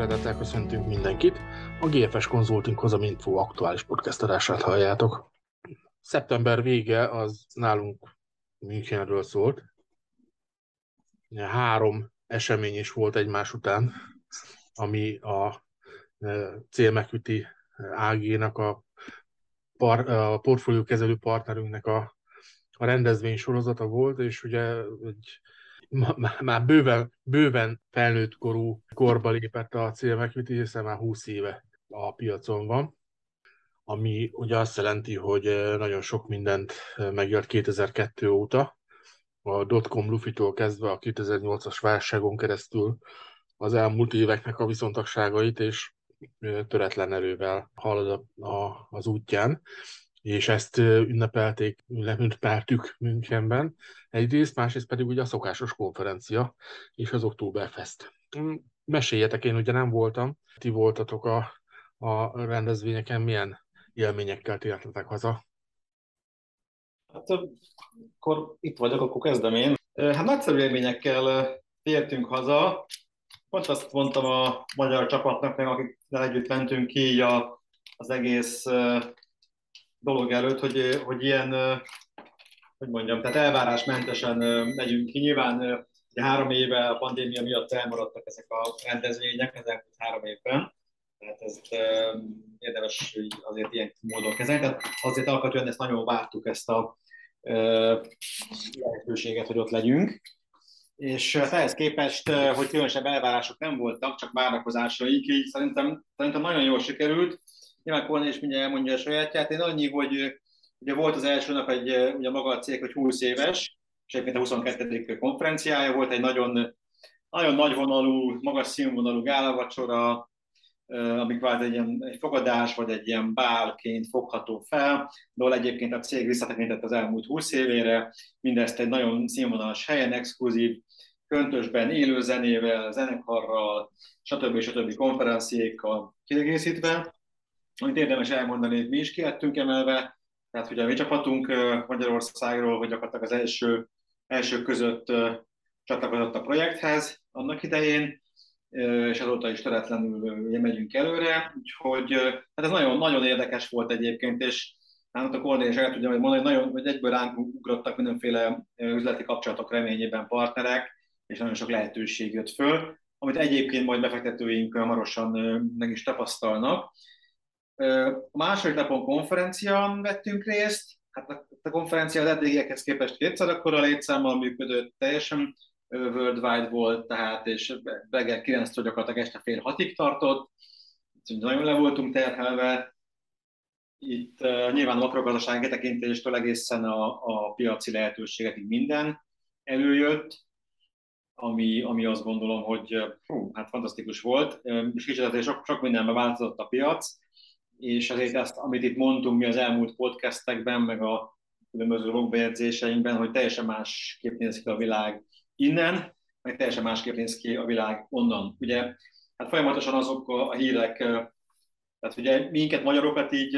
Szeretettel köszöntünk mindenkit. A GFS Consulting Hozaminfo aktuális podcast adását halljátok. Szeptember vége az nálunk Münchenről szólt. 3 esemény is volt egymás után, ami a Célmeküti AG-nak, a portfóliókezelő partnerünknek a rendezvény sorozata volt, és ugye már bőven felnőtt korba lépett a Célmeküti, hiszen már 20 éve a piacon van, ami ugye azt jelenti, hogy nagyon sok mindent megjött 2002 óta, a dotcom lufitól kezdve a 2008-as válságon keresztül az elmúlt éveknek a viszontagságait, és töretlen erővel halad az útján, és ezt ünnepeltük Münchenben egyrészt, másrészt pedig ugye a szokásos konferencia és az Oktoberfest. Meséljetek, én ugye nem voltam, ti voltatok a rendezvényeken, milyen élményekkel tértetek haza? Hát akkor itt vagyok, akkor kezdem én. Hát nagyszerű élményekkel tértünk haza. Pont azt mondtam a magyar csapatnak, meg akikkel együtt mentünk ki így az egész dolog előtt, hogy ilyen, hogy mondjam, tehát elvárásmentesen megyünk ki. Nyilván 3 éve a pandémia miatt elmaradtak ezek a rendezvények, ezek 3 évben. Tehát ezt érdemes azért ilyen módon kezelni. Tehát azért alapvetően ezt nagyon vártuk, ezt a lehetőséget, hogy ott legyünk. És ehhez képest, hogy különösebb elvárások nem voltak, csak várakozásaik, így szerintem nagyon jól sikerült. Nyilván Kornél is mindjárt elmondja a sajátját. Én annyi, hogy ugye volt az első nap ugye maga a cég, hogy 20 éves, és egyébként a 22. konferenciája volt, egy nagyon, nagyon nagyvonalú, magas színvonalú gálavacsora, ami kvázi egy fogadás, vagy egy ilyen bálként fogható fel, de ahol egyébként a cég visszatekintett az elmúlt 20 évére, mindezt egy nagyon színvonalas helyen, exkluzív, köntösben, élő zenével, zenekarral, stb. Konferenciékkal kiegészítve. Amit érdemes elmondani, hogy mi is kilettünk emelve, tehát ugye a mi csapatunk Magyarországról, hogy gyakorlatilag az első között csatlakozott a projekthez annak idején, és azóta is töretlenül megyünk előre, úgyhogy hát ez nagyon, nagyon érdekes volt egyébként, és hát a Kornél is el tudja mondani, hogy nagyon, hogy egyből ránk ugrottak mindenféle üzleti kapcsolatok reményében partnerek, és nagyon sok lehetőség jött föl, amit egyébként majd befektetőink hamarosan meg is tapasztalnak. A második napon konferencián vettünk részt, hát a konferencia az eddigiekhez képest 2-szer akkora létszámmal működött, teljesen worldwide volt, tehát és reggel 9-től gyakorlatilag este fél 6-ig tartott, nagyon le voltunk terhelve. Itt nyilván a makrogazdasági tekintéstől egészen a piaci lehetőségekig minden előjött, ami azt gondolom, hogy hát fantasztikus volt, és kicsit azért sok mindenben változott a piac, és azért ezt, amit itt mondtunk mi az elmúlt podcastekben, meg a különböző blogbejegyzéseinkben, hogy teljesen másképp néz ki a világ innen, meg teljesen másképp néz ki a világ onnan. Ugye, hát folyamatosan azok a hírek, tehát ugye minket, magyarokat így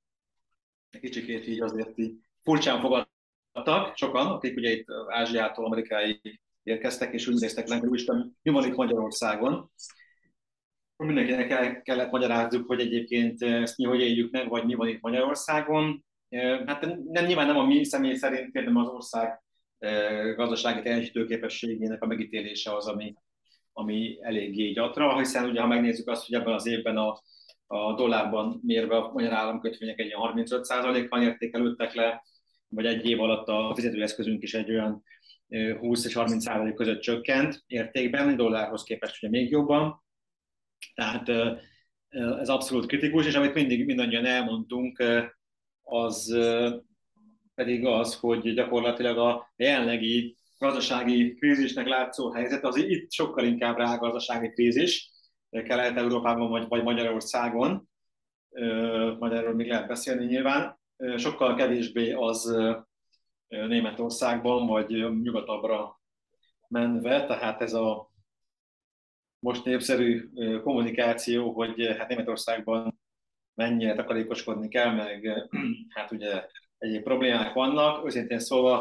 kicsikét így azért így furcsán fogadtak sokan, akik ugye itt Ázsiától, Amerikáig érkeztek, és úgy néztek le, hogy úristen, mi van itt Magyarországon. Mindenkinek el kellett magyarázzuk, hogy egyébként ezt mi hogy éljük meg, vagy mi van itt Magyarországon. Hát nyilván nem a mi személy szerint, hanem az ország gazdasági teljesítőképességének a megítélése az, ami eléggé gyatra, hiszen ugye, ha megnézzük azt, hogy ebben az évben a dollárban mérve a magyar államkötvények egy ilyen 35%-kal értékelődtek le, vagy egy év alatt a fizetőeszközünk is egy olyan 20 és 30% között csökkent értékben, dollárhoz képest ugye még jobban. Tehát ez abszolút kritikus, és amit mindannyian elmondtunk, az pedig az, hogy gyakorlatilag a jelenlegi gazdasági krízisnek látszó helyzet, az itt sokkal inkább rá gazdasági krízis, Kelet-Európában vagy Magyarországon, majd erről még lehet beszélni nyilván, sokkal kevésbé az Németországban, vagy nyugatabbra menve, tehát ez a most népszerű kommunikáció, hogy hát Németországban mennyire takarékoskodni kell, meg hát ugye egyéb problémák vannak. Őszintén szólva,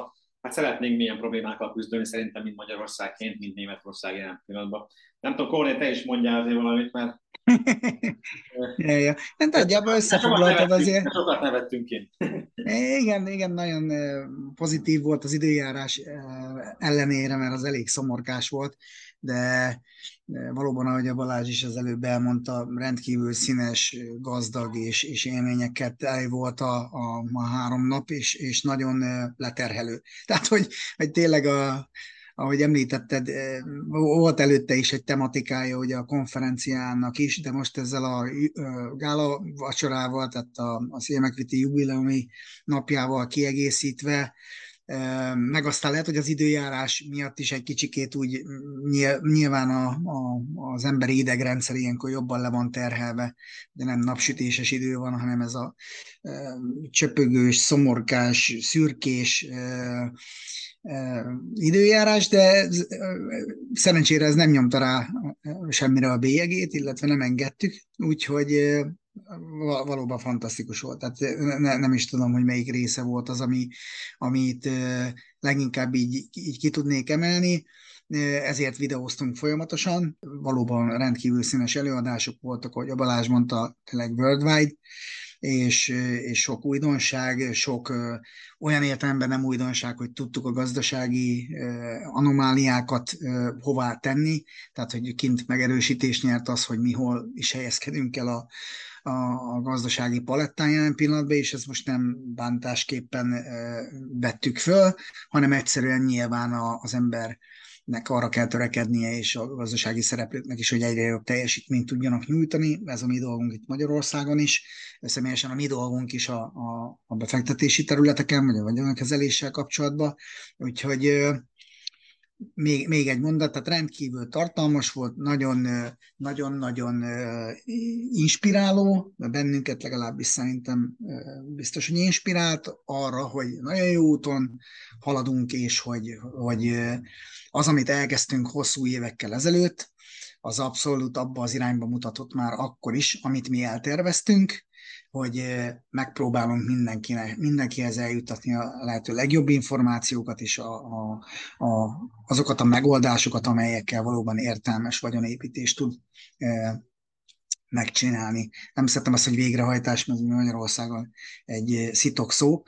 hát szeretnénk milyen problémákkal küzdeni, szerintem mind Magyarországként, mind Németország jelen pillanatban. Nem tudom, Kornél, te is mondjál azért valamit, mert Ja. Nem, nagyjából összefoglaltad azért. sokat nevettünk ki. Igen, igen, nagyon pozitív volt az időjárás ellenére, mert az elég szomorkás volt, de valóban, ahogy a Balázs is az előbb elmondta, rendkívül színes, gazdag és élményeket volt a 3 nap, és nagyon leterhelő. Tehát, hogy tényleg ahogy említetted, volt előtte is egy tematikája ugye a konferenciának is, de most ezzel a gála vacsorával, tehát a Szélmekviti jubileumi napjával kiegészítve, meg aztán lehet, hogy az időjárás miatt is egy kicsikét úgy nyilván az emberi idegrendszer ilyenkor jobban le van terhelve, de nem napsütéses idő van, hanem ez a csöpögős, szomorkás, szürkés időjárás, de szerencsére ez nem nyomta rá semmire a bélyegét, illetve nem engedtük, úgyhogy valóban fantasztikus volt. Tehát nem is tudom, hogy melyik része volt az, amit leginkább így ki tudnék emelni. Ezért videóztunk folyamatosan. Valóban rendkívül színes előadások voltak, ahogy a Balázs mondta, tényleg worldwide, és sok újdonság, sok olyan értelemben nem újdonság, hogy tudtuk a gazdasági anomáliákat hová tenni, tehát hogy kint megerősítést nyert az, hogy mi hol is helyezkedünk el a gazdasági palettán jelen pillanatban, és ezt most nem bántásképpen vettük föl, hanem egyszerűen nyilván az embernek arra kell törekednie, és a gazdasági szereplőknek is, hogy egyre jobb teljesítményt tudjanak nyújtani. Ez a mi dolgunk itt Magyarországon is, személyesen a mi dolgunk is a befektetési területeken, vagy a vagyonkezeléssel kapcsolatban. Úgyhogy még egy mondat, tehát rendkívül tartalmas volt, nagyon-nagyon inspiráló, bennünket legalábbis szerintem biztos, hogy inspirált arra, hogy nagyon jó úton haladunk, és hogy az, amit elkezdtünk hosszú évekkel ezelőtt, az abszolút abba az irányba mutatott már akkor is, amit mi elterveztünk, hogy megpróbálunk mindenkihez eljutatni a lehető legjobb információkat és azokat a megoldásokat, amelyekkel valóban értelmes vagyonépítést tud megcsinálni. Nem szeretem azt, hogy végrehajtás, mert Magyarországon egy szitok szó,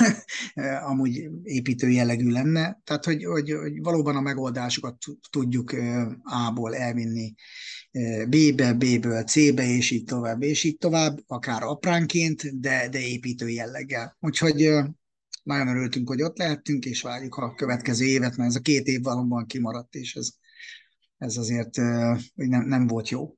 amúgy építő jellegű lenne. Tehát, hogy valóban a megoldásokat tudjuk A-ból elvinni B-be, B-ből C-be, és így tovább, akár apránként, de építő jelleggel. Úgyhogy nagyon örültünk, hogy ott lehettünk, és várjuk a következő évet, mert ez a 2 év valóban kimaradt, és ez azért hogy nem volt jó.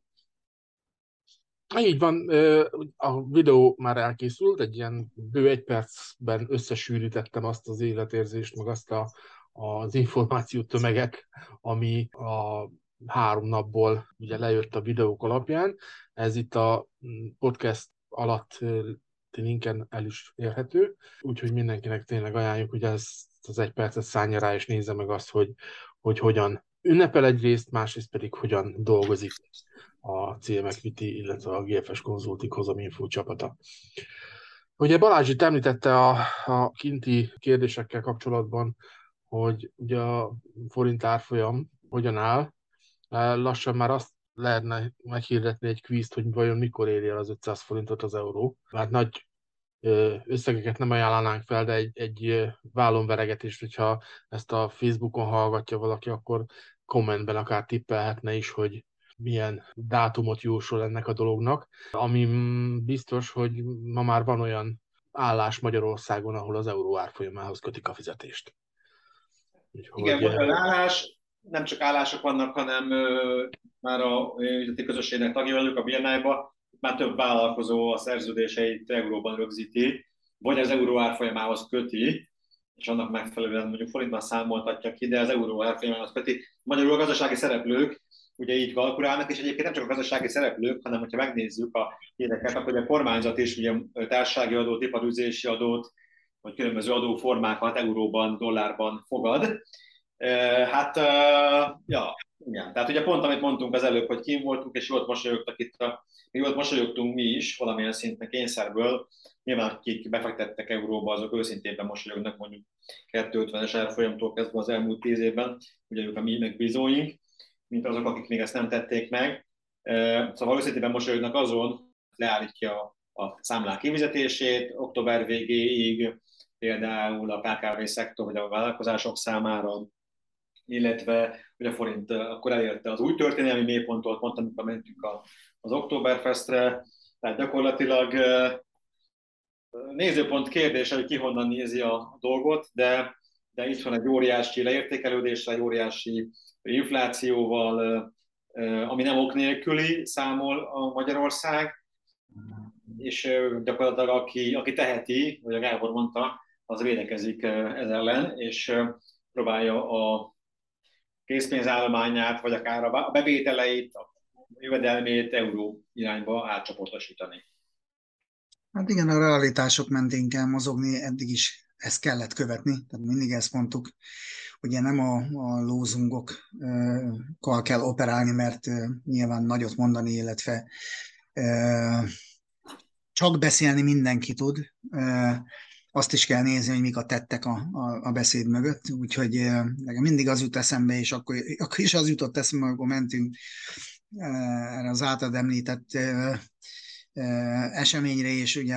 Így van, a videó már elkészült, egy ilyen bő 1 percben összesűrítettem azt az életérzést, meg azt az információ tömeget, ami a 3 napból ugye lejött a videók alapján. Ez itt a podcast alatt linken el is érhető, úgyhogy mindenkinek tényleg ajánljuk, hogy ezt az 1 percet szállja rá, és nézze meg azt, hogy hogyan ünnepel egyrészt, másrészt pedig hogyan dolgozik a CM-Equity, illetve a GFS Consulting Hozam Info csapata. Ugye Balázs itt említette a kinti kérdésekkel kapcsolatban, hogy ugye a forint árfolyam hogyan áll. Lassan már azt lehetne meghirdetni egy kvízt, hogy vajon mikor éri el az 500 forintot az euró. Hát nagy összegeket nem ajánlanánk fel, de egy vállonveregetés, hogyha ezt a Facebookon hallgatja valaki, akkor kommentben akár tippelhetne is, hogy milyen dátumot jósol ennek a dolognak. Ami biztos, hogy ma már van olyan állás Magyarországon, ahol az euró árfolyamához kötik a fizetést. Úgyhogy, igen, volt olyan állás, nem csak állások vannak, hanem már a üzleti közösségnek tagja vagyok a BNI-ba, már több vállalkozó a szerződéseit euróban rögzíti, vagy az euró árfolyamához köti, és annak megfelelően mondjuk forintban számoltatja ki, de az euró árfolyamához köti. Magyarul a gazdasági szereplők ugye így kalkulálnak, és egyébként nem csak a gazdasági szereplők, hanem hogyha megnézzük a híreket, akkor a kormányzat is ugye társasági adót, iparűzési adót, vagy különböző adóformákat euróban, dollárban fogad. Hát, ja, igen. Tehát ugye pont, amit mondtunk az előbb, hogy kim voltunk, és jót mosolyogtak itt, jót mosolyogtunk mi is, valamilyen szinten kényszerből, Nyilván akik befektettek euróba, azok őszintében mosolyognak mondjuk 250-es árfolyamtól kezdve az elmúlt 10 évben, ugye ők a mi megbízóink, mint azok, akik még ezt nem tették meg. Szóval őszintében mosolyognak azon, leállítja a számlák kifizetését október végéig, például a KKV-szektor vagy a vállalkozások számára, illetve hogy a forint akkor elérte az új történelmi mélypontot, pont amikor mentünk az Oktoberfestre, tehát gyakorlatilag nézőpont kérdése, hogy ki honnan nézi a dolgot, de itt van egy óriási leértékelődéssel, egy óriási inflációval, ami nem ok nélküli, számol a Magyarország, és gyakorlatilag aki teheti, vagy a Gábor mondta, az védekezik ez ellen, és próbálja a készpénzállományát, vagy akár a bevételeit, a jövedelmét euró irányba átcsoportosítani. Hát igen, a realitások mentén kell mozogni, eddig is ezt kellett követni, tehát mindig ezt mondtuk, ugye nem a lózungokkal kell operálni, mert nyilván nagyot mondani, illetve csak beszélni mindenki tud, azt is kell nézni, hogy mik a tettek a beszéd mögött, úgyhogy nekem mindig az jut eszembe, és akkor is az jutott eszembe, amikor mentünk erre az általad említett eseményre, és ugye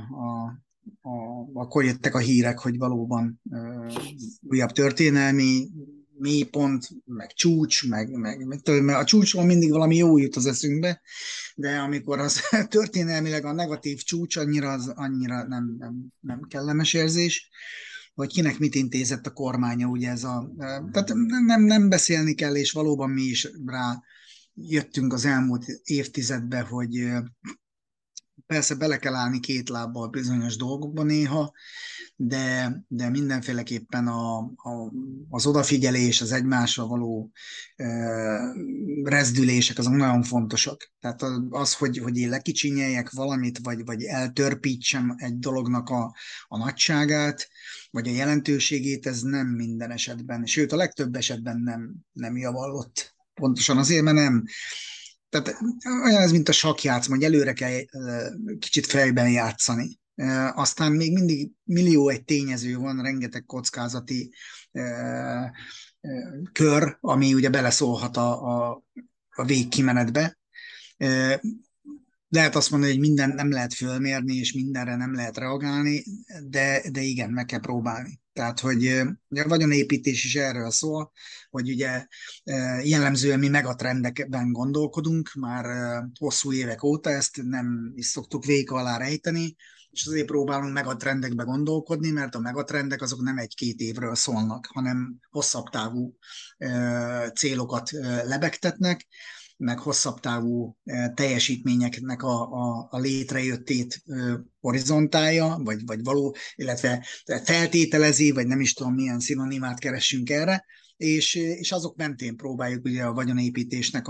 akkor jöttek a hírek, hogy valóban újabb történelmi mélypont, meg csúcs, meg a csúcsról mindig valami jó jut az eszünkbe, de amikor az történelmileg a negatív csúcs, annyira nem kellemes érzés, hogy kinek mit intézett a kormánya, ugye tehát nem beszélni kell, és valóban mi is rá jöttünk az elmúlt évtizedbe, hogy persze bele kell állni két lábbal bizonyos dolgokban néha, de mindenféleképpen az odafigyelés, az egymásra való rezdülések, azok nagyon fontosak. Tehát az, hogy én lekicsinyeljek valamit, vagy eltörpítsem egy dolognak a nagyságát, vagy a jelentőségét, ez nem minden esetben, sőt a legtöbb esetben nem javallott. Pontosan azért, mert nem. Tehát olyan ez, mint a sakkjátszma, hogy előre kell kicsit fejben játszani. Aztán még mindig millió egy tényező van, rengeteg kockázati kör, ami ugye beleszólhat a végkimenetbe. Lehet azt mondani, hogy minden nem lehet fölmérni, és mindenre nem lehet reagálni, de igen, meg kell próbálni. Tehát, hogy a vagyonépítés is erről szól, hogy ugye jellemzően mi megatrendekben gondolkodunk, már hosszú évek óta ezt nem is szoktuk vék alá rejteni, és azért próbálunk megatrendekbe gondolkodni, mert a megatrendek azok nem egy-két évről szólnak, hanem hosszabb távú célokat lebegtetnek, meg hosszabb távú teljesítményeknek a létrejöttét horizontálja, vagy való, illetve feltételezi, vagy nem is tudom milyen szinonimát keressünk erre, és azok mentén próbáljuk ugye a vagyonépítésnek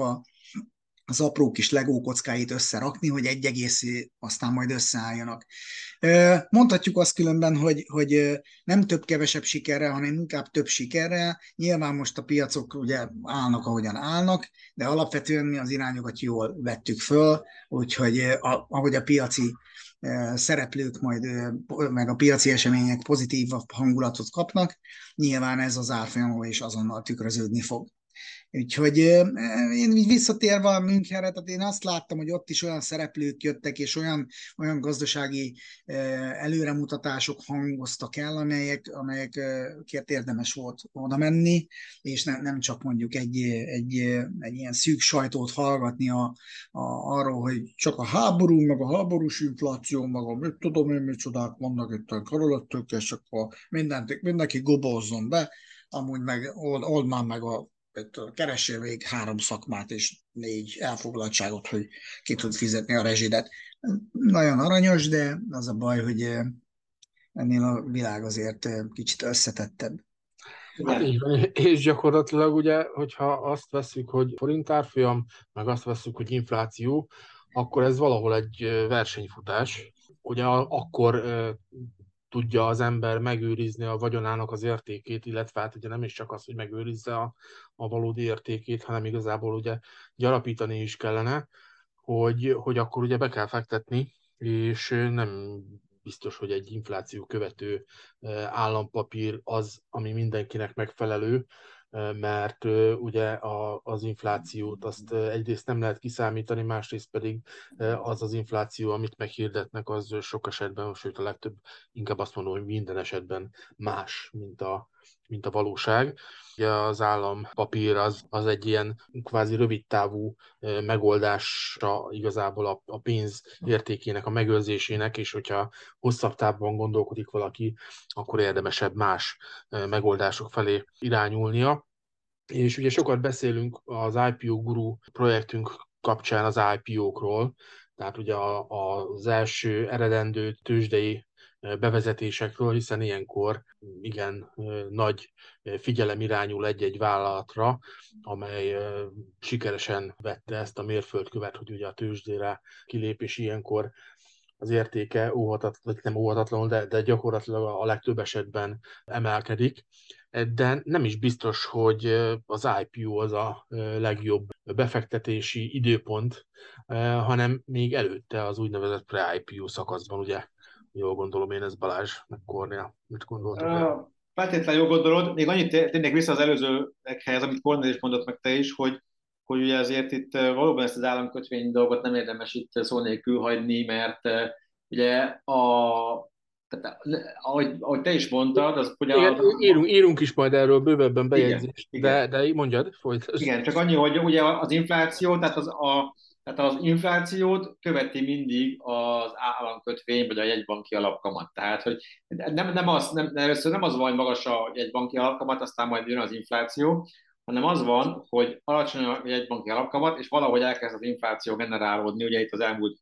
az apró kis legó kockáit összerakni, hogy egy egészé aztán majd összeálljanak. Mondhatjuk azt különben, hogy nem több-kevesebb sikerrel, hanem inkább több sikerrel. Nyilván most a piacok ugye állnak, ahogyan állnak, de alapvetően mi az irányokat jól vettük föl, úgyhogy ahogy a piaci szereplők majd, meg a piaci események pozitív hangulatot kapnak, nyilván ez az árfolyamon is azonnal tükröződni fog. Úgyhogy én így visszatérve a Münchenre, tehát én azt láttam, hogy ott is olyan szereplők jöttek, és olyan gazdasági előremutatások hangoztak el, amelyekért érdemes volt oda menni, és nem csak mondjuk egy ilyen szűk sajtót hallgatni arról, hogy csak a háború, meg a háborús infláció, meg a mit tudom én, micsodák vannak itt a körülöttük, és akkor mindenki gobozzon be, amúgy meg old már meg keressél még 3 szakmát és 4 elfoglaltságot, hogy ki tud fizetni a rezsidet. Nagyon aranyos, de az a baj, hogy ennél a világ azért kicsit összetettebb. Hát így van, és gyakorlatilag ugye, hogyha azt veszük, hogy forintárfolyam, meg azt veszük, hogy infláció, akkor ez valahol egy versenyfutás. Ugye akkor tudja az ember megőrizni a vagyonának az értékét, illetve hát ugye nem is csak az, hogy megőrizze a valódi értékét, hanem igazából ugye gyarapítani is kellene, hogy akkor ugye be kell fektetni, és nem biztos, hogy egy infláció követő állampapír az, ami mindenkinek megfelelő, mert ugye az inflációt azt egyrészt nem lehet kiszámítani, másrészt pedig az infláció, amit meghirdetnek, az sok esetben, sőt a legtöbb, inkább azt mondom, hogy minden esetben más, mint a valóság. Ugye az állampapír az egy ilyen kvázi rövidtávú megoldása igazából a pénz értékének a megőrzésének, és hogyha hosszabb távban gondolkodik valaki, akkor érdemesebb más megoldások felé irányulnia. És ugye sokat beszélünk az IPO Guru projektünk kapcsán az IPO-król, tehát ugye az első eredendő tőzsdei bevezetésekről, hiszen ilyenkor igen nagy figyelem irányul egy-egy vállalatra, amely sikeresen vette ezt a mérföldkövet, hogy ugye a tőzsdére kilép, és ilyenkor az értéke óhatatlan, nem óhatatlanul, de gyakorlatilag a legtöbb esetben emelkedik. De nem is biztos, hogy az IPO az a legjobb befektetési időpont, hanem még előtte az úgynevezett pre-IPO szakaszban, ugye? Jól gondolom én, ez Balázs, meg Kornél. Mit gondoltok el? Feltétlenül jól gondolod, még annyit térnék vissza az előzőekhez, amit Kornél is mondott meg te is, hogy ugye azért itt valóban ezt az államkötvény dolgot nem érdemes itt szó nélkül hagyni, mert ugye tehát, ahogy te is mondtad, az ugye Igen, írunk is majd erről bővebben bejegyzést, igen. de mondjad, folytasd. Igen, csak annyi, hogy ugye az infláció, tehát az inflációt követi mindig az államkötvény vagy a jegybanki alapkamat. Tehát, hogy először nem az van, hogy magas a jegybanki alapkamat, aztán majd jön az infláció, hanem az van, hogy alacsony a jegybanki alapkamat, és valahogy elkezd az infláció generálódni. Ugye itt az elmúlt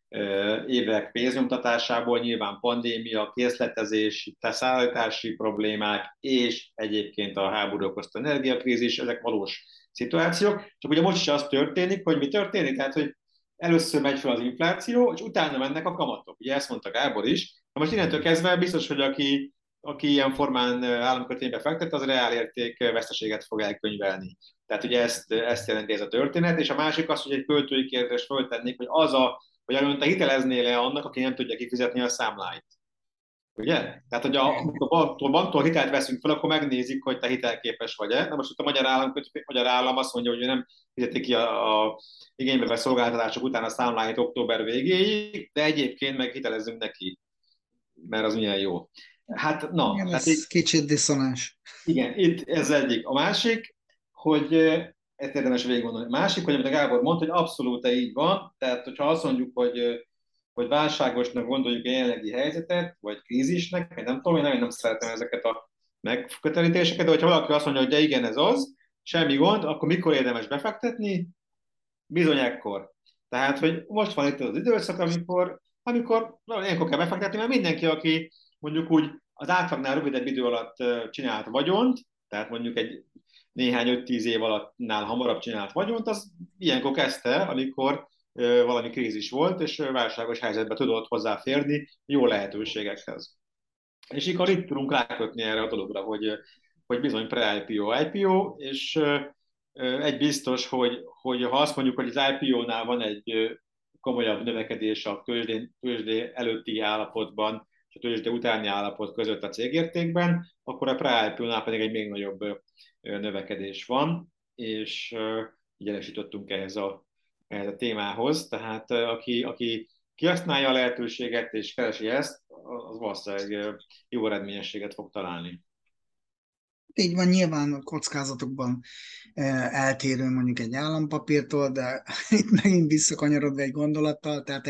évek pénznyomtatásából nyilván pandémia, készletezés, szállítási problémák, és egyébként a háború okozta energiakrízis, ezek valós szituációk. Csak ugye most is az történik, hogy mi történik, tehát hogy először megy fel az infláció, és utána mennek a kamatok. Ugye ezt mondta Gábor is. Na most innentől kezdve biztos, hogy aki ilyen formán államkötvénybe fektet, az reálérték veszteséget fog elkönyvelni. Tehát ugye ezt jelenti ez a történet, és a másik az, hogy egy költői kérdést föltennék, hogy hogy előtt te hiteleznél-e annak, aki nem tudja kifizetni a számláit. Ugye? Tehát, hogy amikor banktól hitelt veszünk fel, akkor megnézik, hogy te hitelképes vagy-e. Na most ott a magyar állam azt mondja, hogy ő nem fizeti ki a igénybe vett szolgáltatások után a számláit október végéig, de egyébként meg hitelezzünk neki, mert az milyen jó. Hát, na. Igen, ez kicsit diszonás. Igen, itt ez egyik. A másik, hogy ezt érdemes végig gondolni. A másik, hogy amit a Gábor mondta, hogy abszolút így van, tehát hogyha azt mondjuk, hogy válságosnak gondoljuk a jelenlegi helyzetet, vagy krízisnek, vagy nem tudom, én nagyon nem szeretem ezeket a megközelítéseket, de hogyha valaki azt mondja, hogy de igen, ez az, semmi gond, akkor mikor érdemes befektetni? Bizony ekkor. Tehát, hogy most van itt az időszak, amikor ilyenkor kell befektetni, mert mindenki, aki mondjuk úgy az átlagnál rövidebb idő alatt csinált vagyont, tehát mondjuk egy néhány 5-10 év alattnál hamarabb csinált vagyont, az ilyenkor kezdte, amikor valami krízis volt, és válságos helyzetbe tudott hozzáférni jó lehetőségekhez. És akkor itt tudunk rákötni erre a dologra, hogy bizony pre-IPO, IPO, és egy biztos, hogy ha azt mondjuk, hogy az IPO-nál van egy komolyabb növekedés a tőzsdé előtti állapotban, és a tőzsde utáni állapot között a cégértékben, akkor a pre-IPO-nál pedig egy még nagyobb növekedés van, és így elesítottunk ehhez a témához. Tehát aki kihasználja a lehetőséget és keresi ezt, az valószínűleg jó eredményességet fog találni. Így van, nyilván a kockázatokban eltérő mondjuk egy állampapírtól, de itt megint visszakanyarodva egy gondolattal, tehát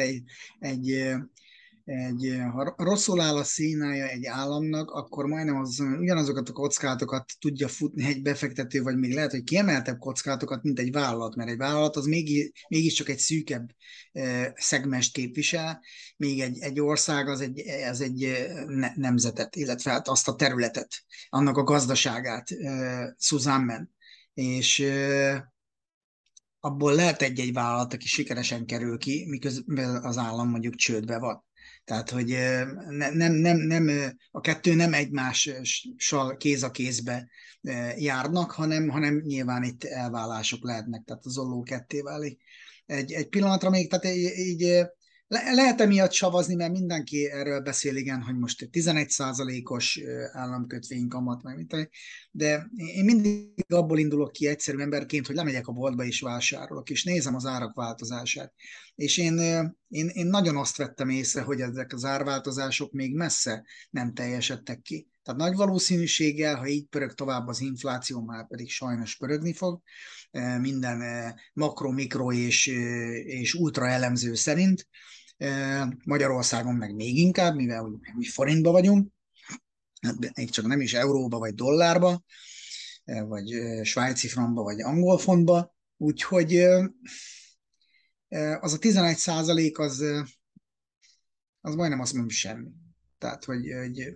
ha rosszul áll a színája egy államnak, akkor majdnem ugyanazokat a kockázatokat tudja futni egy befektető, vagy még lehet, hogy kiemeltebb kockázatokat, mint egy vállalat, mert egy vállalat az mégiscsak egy szűkebb szegmest képvisel, még egy ország az egy nemzetet, illetve hát azt a területet, annak a gazdaságát zusammen. És abból lehet egy vállalat, aki sikeresen kerül ki, miközben az állam mondjuk csődbe van. Tehát, hogy a kettő nem egymással kéz a kézbe járnak, hanem nyilván itt elválások lehetnek, tehát az olló ketté válik. Egy pillanatra még, tehát így Lehet emiatt savazni, mert mindenki erről beszél, igen, hogy most 11%-os államkötvénykamat, meg mint, de én mindig abból indulok ki egyszerű emberként, hogy lemegyek a boltba és vásárolok, és nézem az árak változását. És én nagyon azt vettem észre, hogy ezek az árváltozások még messze nem teljesedtek ki. Tehát nagy valószínűséggel, ha így pörög tovább az infláció, már pedig sajnos pörögni fog, minden makro, mikro és ultra elemző szerint, Magyarországon meg még inkább, mivel úgy forintba vagyunk, hát még csak nem is euróba vagy dollárba, vagy svájci frankba vagy angol fontba, úgyhogy az a 11% az majdnem azt mondom semmi. Tehát, hogy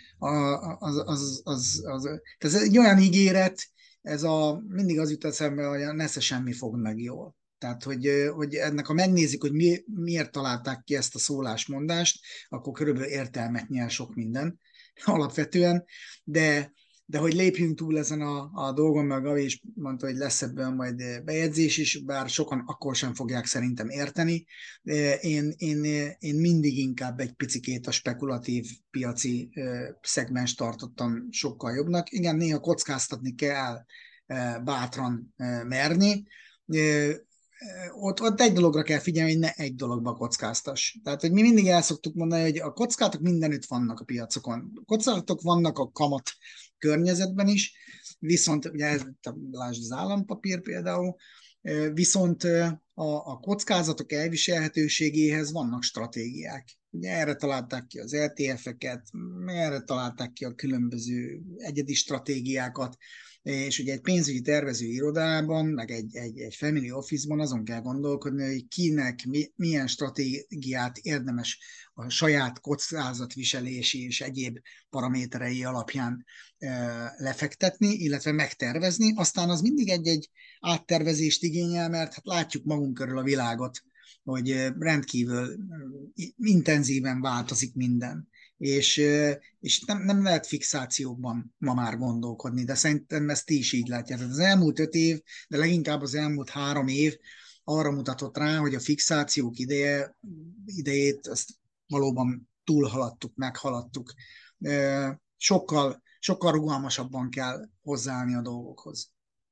ez egy olyan ígéret, mindig az jut eszembe, hogy nesze semmi fog meg jól. Tehát, hogy ennek, ha megnézik, hogy miért találták ki ezt a szólásmondást, akkor körülbelül értelmet nyer sok minden alapvetően, de hogy lépjünk túl ezen a dolgon, meg Gavi is mondta, hogy lesz ebből majd bejegyzés is, bár sokan akkor sem fogják szerintem érteni. Én mindig inkább egy picikét a spekulatív piaci szegmens tartottam sokkal jobbnak. Igen, néha kockáztatni kell, bátran merni. Ott egy dologra kell figyelni, hogy ne egy dologba kockáztass. Tehát, hogy mi mindig el szoktuk mondani, hogy a kockázatok mindenütt vannak a piacokon. Kockázatok vannak a kamat környezetben is, viszont, ugye lásd az állampapír például, viszont a kockázatok elviselhetőségéhez vannak stratégiák. Ugye erre találták ki az ETF-eket, erre találták ki a különböző egyedi stratégiákat, és ugye egy pénzügyi tervező irodában, meg egy family office-ban azon kell gondolkodni, hogy kinek milyen stratégiát érdemes a saját kockázatviselési és egyéb paraméterei alapján lefektetni, illetve megtervezni. Aztán az mindig egy áttervezést igényel, mert hát látjuk magunk körül a világot, hogy rendkívül intenzíven változik minden. És nem lehet fixációkban ma már gondolkodni, de szerintem ezt ti is így látjátok. Az elmúlt 5 év, de leginkább az elmúlt 3 év arra mutatott rá, hogy a fixációk idejét ezt valóban túlhaladtuk, meghaladtuk. Sokkal rugalmasabban kell hozzáállni a dolgokhoz.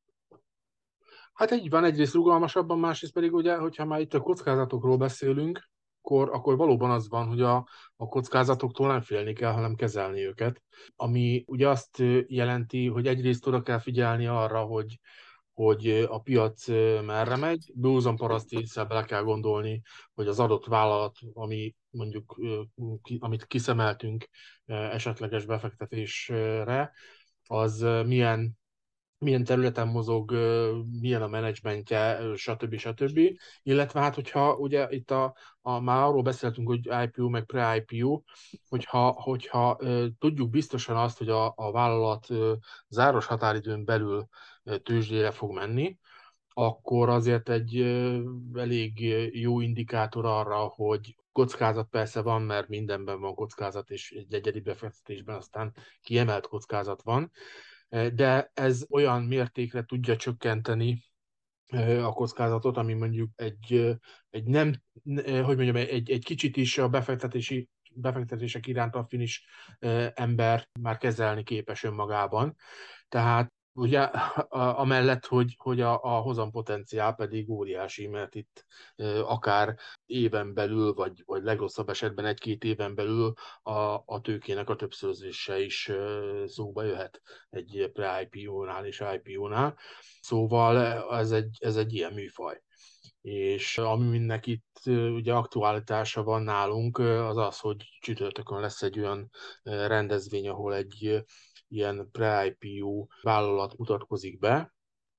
Hát így van, egyrészt rugalmasabban, másrészt pedig ugye, hogyha már itt a kockázatokról beszélünk, akkor valóban az van, hogy a kockázatoktól nem félni kell, hanem kezelni őket. Ami ugye azt jelenti, hogy egyrészt oda kell figyelni arra, hogy a piac merre megy, bőzan paraszti észre bele kell gondolni, hogy az adott vállalat, ami mondjuk, amit kiszemeltünk esetleges befektetésre, az milyen területen mozog, milyen a menedzsmentje, stb. Illetve hát, hogyha ugye itt már arról beszéltünk, hogy IPO meg pre-IPO, hogyha tudjuk biztosan azt, hogy a vállalat záros határidőn belül tőzsdére fog menni, akkor azért egy elég jó indikátor arra, hogy kockázat persze van, mert mindenben van kockázat, és egy egyedi befektetésben aztán kiemelt kockázat van, de ez olyan mértékre tudja csökkenteni a kockázatot, ami mondjuk egy nem, hogy mondjam, egy kicsit is a befektetések iránt affinis ember már kezelni képes önmagában. Tehát ugye amellett, hogy a hozampotenciál pedig óriási, mert itt akár éven belül, vagy legrosszabb esetben 1-2 éven belül a tőkének a többszörözése is szóba jöhet egy pre-IPO-nál és IPO-nál. Szóval ez egy ilyen műfaj. És aminek itt ugye aktualitása van nálunk, az az, hogy csütörtökön lesz egy olyan rendezvény, ahol egy ilyen pre-IPO vállalat mutatkozik be,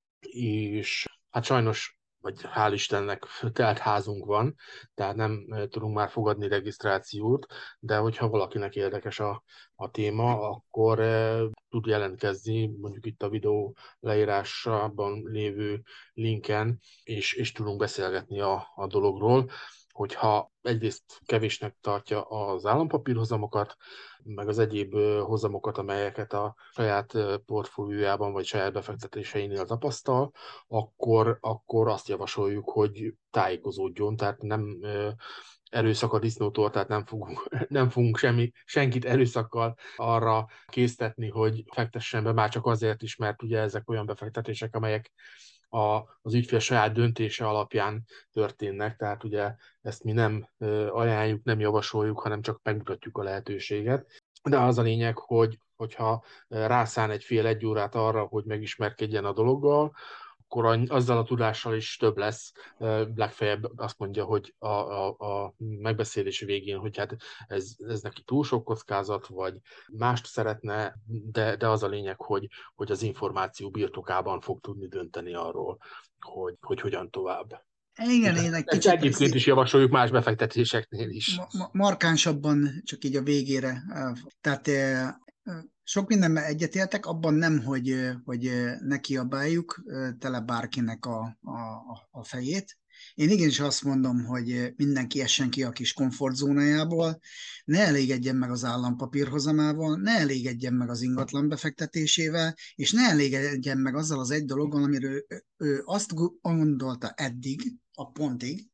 és hát sajnos, vagy hál' Istennek telt házunk van, tehát nem tudunk már fogadni regisztrációt, de hogyha valakinek érdekes a téma, akkor tud jelentkezni mondjuk itt a videó leírásában lévő linken, és tudunk beszélgetni a dologról, hogyha egyrészt kevésnek tartja az állampapírhozamokat, meg az egyéb hozamokat, amelyeket a saját portfóliójában vagy saját befektetéseinél tapasztal, akkor azt javasoljuk, hogy tájékozódjon, tehát nem erőszak a disznótól, tehát nem fogunk senkit erőszakkal arra késztetni, hogy fektessen be, már csak azért is, mert ugye ezek olyan befektetések, amelyek az ügyfél saját döntése alapján történnek, tehát ugye ezt mi nem ajánljuk, nem javasoljuk, hanem csak megmutatjuk a lehetőséget. De az a lényeg, hogyha rászán egy fél egy órát arra, hogy megismerkedjen a dologgal, akkor azzal a tudással is több lesz. Legfeljebb azt mondja, hogy a megbeszélés végén, hogy hát ez neki túl sok kockázat, vagy mást szeretne, de az a lényeg, hogy az információ birtokában fog tudni dönteni arról, hogy hogyan tovább. Igen, én egy kicsit... Egyébként is javasoljuk más befektetéseknél is. Markánsabban, csak így a végére. Tehát sok mindenben egyetértek, abban nem, hogy ne kiabáljuk tele bárkinek a fejét. Én igenis azt mondom, hogy mindenki essen ki a kis komfortzónájából, ne elégedjen meg az állampapírhozamával, ne elégedjen meg az ingatlan befektetésével, és ne elégedjen meg azzal az egy dologgal, amiről ő azt gondolta eddig, a pontig,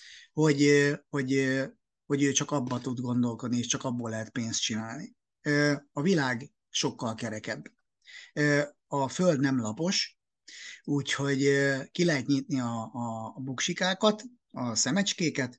hogy ő csak abba tud gondolkodni, és csak abból lehet pénzt csinálni. A világ sokkal kerekebb. A föld nem lapos, úgyhogy ki lehet nyitni a buksikákat, a szemecskéket,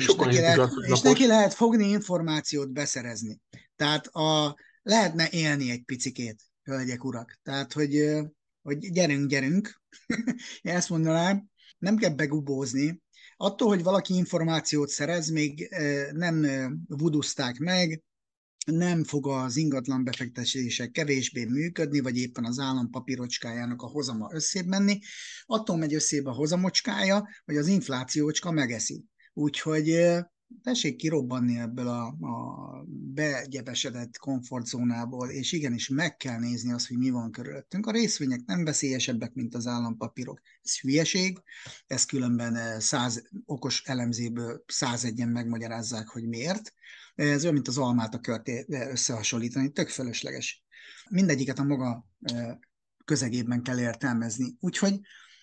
és neki lehet fogni információt beszerezni. Tehát lehetne élni egy picikét, hölgyek, urak. Tehát, hogy gyerünk. Én ezt mondanám, nem kell begubózni. Attól, hogy valaki információt szerez, még nem vuduzták meg, nem fog az ingatlan befektetések kevésbé működni, vagy éppen az állampapírocskájának a hozama összébb menni, attól megy összébb a hozamocskája, hogy az inflációcska megeszi. Úgyhogy tessék kirobbanni ebből a begyebesedett komfortzónából, és igenis meg kell nézni azt, hogy mi van körülöttünk. A részvények nem veszélyesebbek, mint az állampapírok. Ez hülyeség, ez különben 100 okos elemzéből 101-en megmagyarázzák, hogy miért. Ez olyan, mint az almát a körté összehasonlítani, tök fölösleges. Mindegyiket a maga közegében kell értelmezni. Úgyhogy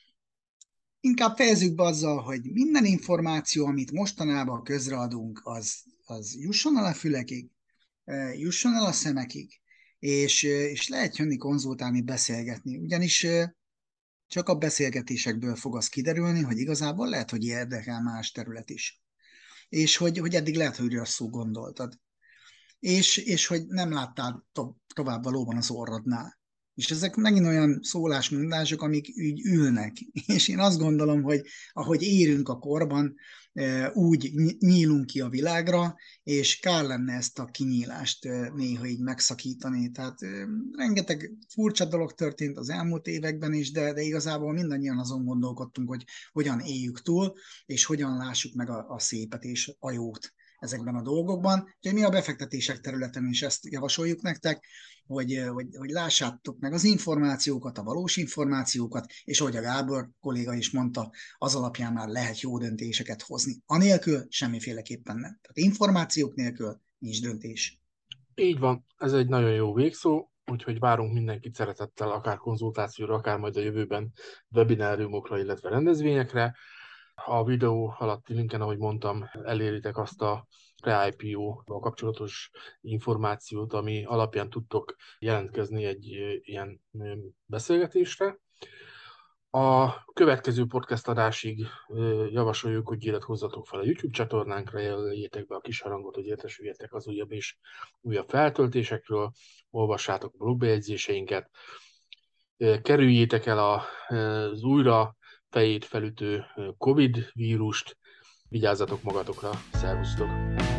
inkább fejezzük be azzal, hogy minden információ, amit mostanában közreadunk, az jusson el a fülekig, jusson el a szemekig, és lehet jönni konzultálni, beszélgetni. Ugyanis csak a beszélgetésekből fog az kiderülni, hogy igazából lehet, hogy érdekel más terület is. És hogy eddig lehet, hogy rosszul gondoltad. És hogy nem láttál tovább valóban az orrodnál. És ezek megint olyan szólásmondások, amik úgy ülnek. És én azt gondolom, hogy ahogy érünk a korban, úgy nyílunk ki a világra, és kár lenne ezt a kinyílást néha így megszakítani. Tehát rengeteg furcsa dolog történt az elmúlt években is, de igazából mindannyian azon gondolkodtunk, hogy hogyan éljük túl, és hogyan lássuk meg a szépet és a jót ezekben a dolgokban. Úgyhogy mi a befektetések területen is ezt javasoljuk nektek, hogy lássátok meg az információkat, a valós információkat, és ahogy a Gábor kolléga is mondta, az alapján már lehet jó döntéseket hozni. Anélkül semmiféleképpen nem. Tehát információk nélkül nincs döntés. Így van, ez egy nagyon jó végszó, úgyhogy várunk mindenkit szeretettel, akár konzultációra, akár majd a jövőben webináriumokra, illetve rendezvényekre. A videó alatti linken, ahogy mondtam, eléritek azt a pre-IPO-val kapcsolatos információt, ami alapján tudtok jelentkezni egy ilyen beszélgetésre. A következő podcast adásig javasoljuk, hogy iratkozzatok fel a YouTube csatornánkra, jelöljétek be a kis harangot, hogy értesüljetek az újabb és újabb feltöltésekről, olvassátok a blogbejegyzéseinket, kerüljétek el az újra fejét felütő Covid vírust, vigyázzatok magatokra, szervusztok!